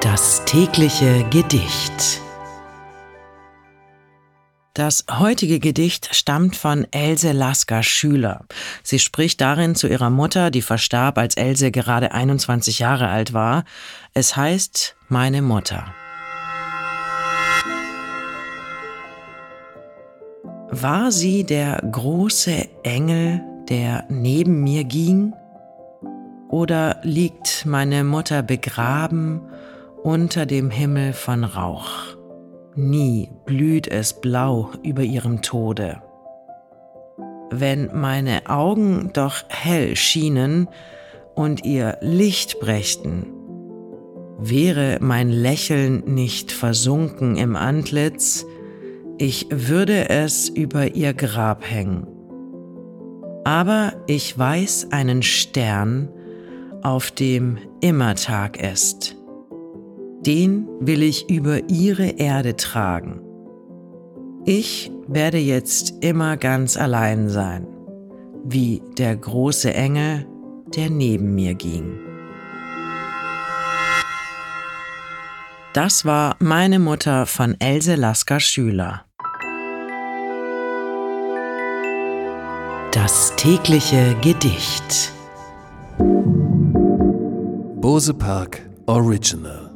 Das tägliche Gedicht. Das heutige Gedicht stammt von Else Lasker-Schüler. Sie spricht darin zu ihrer Mutter, die verstarb, als Else gerade 21 Jahre alt war. Es heißt Meine Mutter. War sie der große Engel, der neben mir ging? Oder liegt meine Mutter begraben unter dem Himmel von Rauch? Nie blüht es blau über ihrem Tode. Wenn meine Augen doch hell schienen und ihr Licht brächten, wäre mein Lächeln nicht versunken im Antlitz, ich würde es über ihr Grab hängen. Aber ich weiß einen Stern, auf dem immer Tag ist. Den will ich über ihre Erde tragen. Ich werde jetzt immer ganz allein sein, wie der große Engel, der neben mir ging. Das war Meine Mutter von Else Lasker-Schüler. Das tägliche Gedicht. Bose Park Original.